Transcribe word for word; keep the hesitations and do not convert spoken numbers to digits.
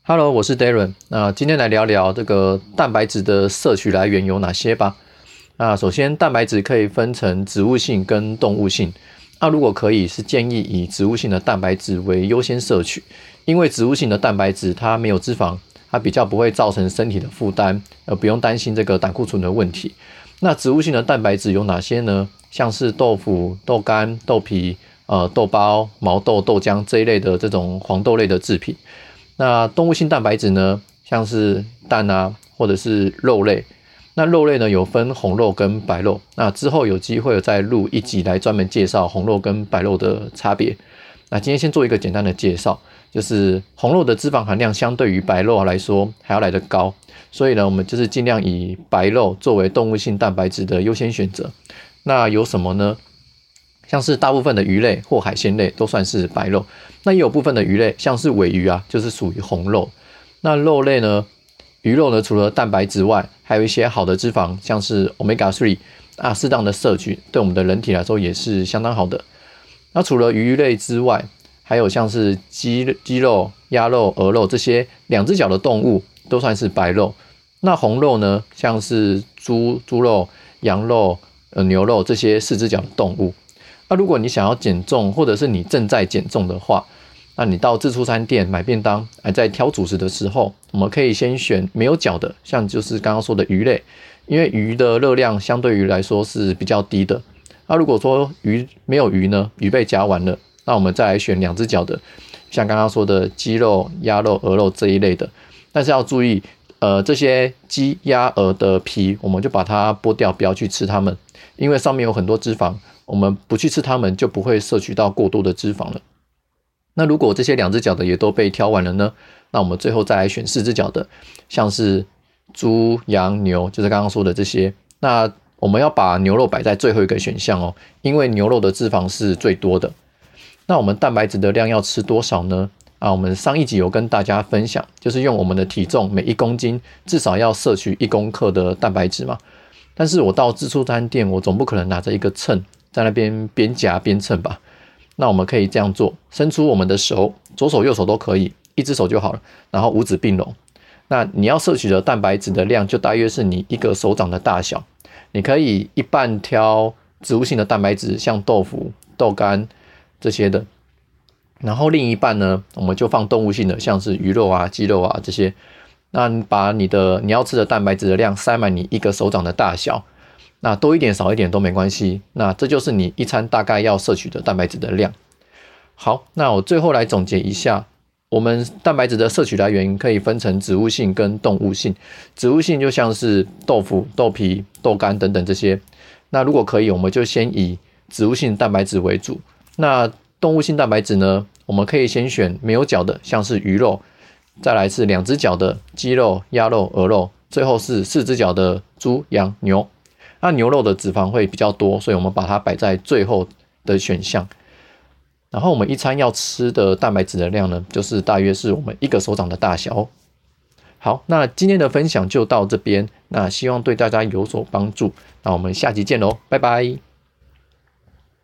Hello，我是 Darren。那今天来聊聊这个蛋白质的摄取来源有哪些吧。那首先，蛋白质可以分成植物性跟动物性。那如果可以，是建议以植物性的蛋白质为优先摄取，因为植物性的蛋白质它没有脂肪，它比较不会造成身体的负担，而不用担心这个胆固醇的问题。那植物性的蛋白质有哪些呢？像是豆腐、豆干、豆皮、呃豆包、毛豆、豆浆这一类的这种黄豆类的制品。那动物性蛋白质呢，像是蛋啊，或者是肉类。那肉类呢有分红肉跟白肉，那之后有机会再录一集来专门介绍红肉跟白肉的差别。那今天先做一个简单的介绍，就是红肉的脂肪含量相对于白肉来说还要来得高，所以呢，我们就是尽量以白肉作为动物性蛋白质的优先选择。那有什么呢？像是大部分的鱼类或海鲜类都算是白肉，那也有部分的鱼类，像是鲔鱼啊，就是属于红肉。那肉类呢，鱼肉呢，除了蛋白质外，还有一些好的脂肪，像是 omega 三 啊，适当的摄取，对我们的人体来说也是相当好的。那除了鱼类之外，还有像是鸡鸡肉、鸭肉、鹅肉这些两只脚的动物，都算是白肉。那红肉呢，像是猪、猪肉、羊肉、呃、牛肉这些四只脚的动物。那如果你想要减重，或者是你正在减重的话，那你到自助餐店买便当，还在挑主食的时候，我们可以先选没有脚的，像就是刚刚说的鱼类，因为鱼的热量相对于来说是比较低的。那如果说鱼没有鱼呢，鱼被夹完了，那我们再来选两只脚的，像刚刚说的鸡肉、鸭肉、鹅肉这一类的。但是要注意，呃，这些鸡、鸭、鹅的皮，我们就把它剥掉，不要去吃它们，因为上面有很多脂肪。我们不去吃它们，就不会摄取到过多的脂肪了。那如果这些两只脚的也都被挑完了呢？那我们最后再来选四只脚的，像是猪、羊、牛，就是刚刚说的这些。那我们要把牛肉摆在最后一个选项哦，因为牛肉的脂肪是最多的。那我们蛋白质的量要吃多少呢？啊，我们上一集有跟大家分享，就是用我们的体重每一公斤至少要摄取一公克的蛋白质嘛。但是我到自助餐店，我总不可能拿着一个秤在那边边夹边称吧。那我们可以这样做，伸出我们的手，左手右手都可以，一只手就好了，然后五指并拢。那你要摄取的蛋白质的量就大约是你一个手掌的大小。你可以一半挑植物性的蛋白质，像豆腐、豆干这些的，然后另一半呢，我们就放动物性的，像是鱼肉啊、鸡肉啊这些。那你把你的你要吃的蛋白质的量塞满你一个手掌的大小。那多一点少一点都没关系，那这就是你一餐大概要摄取的蛋白质的量。好，那我最后来总结一下，我们蛋白质的摄取来源可以分成植物性跟动物性。植物性就像是豆腐、豆皮、豆干等等这些，那如果可以，我们就先以植物性蛋白质为主。那动物性蛋白质呢，我们可以先选没有脚的，像是鱼肉，再来是两只脚的鸡肉、鸭肉、鹅肉，最后是四只脚的猪、羊、牛。那牛肉的脂肪会比较多，所以我们把它摆在最后的选项。然后我们一餐要吃的蛋白质的量呢，就是大约是我们一个手掌的大小哦。好，那今天的分享就到这边，那希望对大家有所帮助。那我们下集见喽，拜拜。